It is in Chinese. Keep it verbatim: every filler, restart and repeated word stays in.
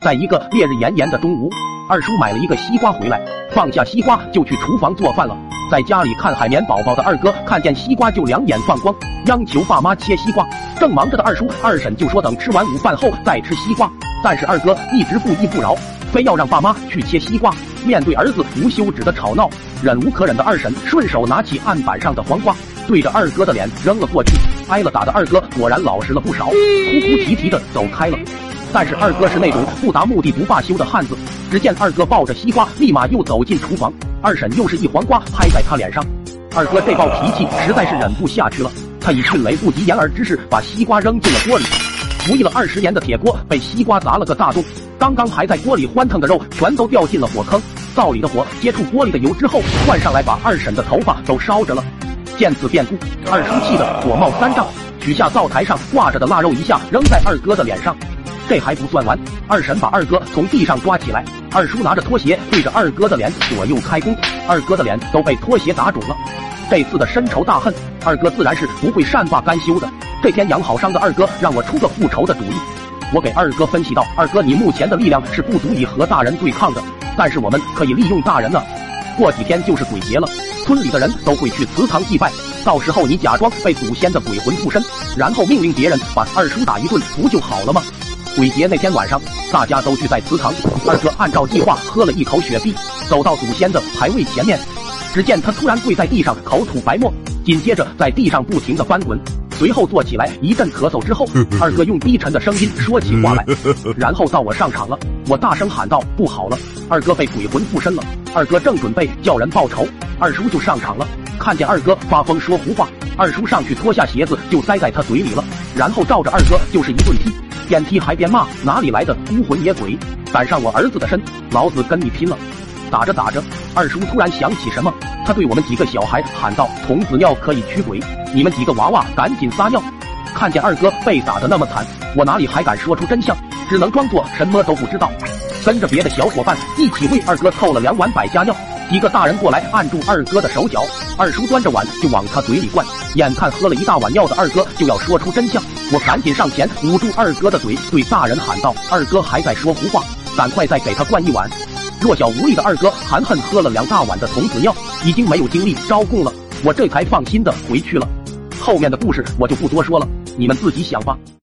在一个烈日炎炎的中午，二叔买了一个西瓜回来，放下西瓜就去厨房做饭了。在家里看海绵宝宝的二哥看见西瓜就两眼放光，央求爸妈切西瓜。正忙着的二叔二婶就说等吃完午饭后再吃西瓜，但是二哥一直不依不饶，非要让爸妈去切西瓜。面对儿子无休止的吵闹，忍无可忍的二婶顺手拿起案板上的黄瓜，对着二哥的脸扔了过去。挨了打的二哥果然老实了不少，哭哭啼啼的走开了。但是二哥是那种不达目的不罢休的汉子，只见二哥抱着西瓜立马又走进厨房，二婶又是一黄瓜拍在他脸上。二哥这暴脾气实在是忍不下去了，他以迅雷不及掩耳之势把西瓜扔进了锅里。服役了二十年的铁锅被西瓜砸了个大洞，刚刚还在锅里欢腾的肉全都掉进了火坑。灶里的火接触锅里的油之后窜上来，把二婶的头发都烧着了。见此变故，二叔气得火冒三丈，取下灶台上挂着的腊肉一下扔在二哥的脸上。这还不算完，二婶把二哥从地上抓起来，二叔拿着拖鞋对着二哥的脸左右开弓，二哥的脸都被拖鞋打肿了。这次的深仇大恨，二哥自然是不会善罢甘休的。这天养好伤的二哥让我出个复仇的主意。我给二哥分析道，二哥你目前的力量是不足以和大人对抗的，但是我们可以利用大人呢。过几天就是鬼节了，村里的人都会去祠堂祭拜，到时候你假装被祖先的鬼魂附身，然后命令别人把二叔打一顿，不就好了吗？鬼节那天晚上，大家都聚在祠堂，二哥按照计划喝了一口雪碧，走到祖先的牌位前面，只见他突然跪在地上口吐白沫，紧接着在地上不停地翻滚，随后坐起来一阵咳嗽之后，二哥用低沉的声音说起话来，然后到我上场了。我大声喊道，不好了，二哥被鬼魂附身了。二哥正准备叫人报仇，二叔就上场了。看见二哥发疯说胡话，二叔上去脱下鞋子就塞在他嘴里了，然后照着二哥就是一顿踢，边踢还边骂，哪里来的孤魂野鬼，敢上我儿子的身，老子跟你拼了。打着打着，二叔突然想起什么，他对我们几个小孩喊道，童子尿可以驱鬼，你们几个娃娃赶紧撒尿。看见二哥被打得那么惨，我哪里还敢说出真相，只能装作什么都不知道，跟着别的小伙伴一起为二哥凑了两碗百家尿。几个大人过来按住二哥的手脚，二叔端着碗就往他嘴里灌，眼看喝了一大碗尿的二哥就要说出真相，我赶紧上前捂住二哥的嘴，对大人喊道，二哥还在说胡话，赶快再给他灌一碗。弱小无力的二哥含恨喝了两大碗的童子尿，已经没有精力招供了，我这才放心的回去了。后面的故事我就不多说了，你们自己想吧。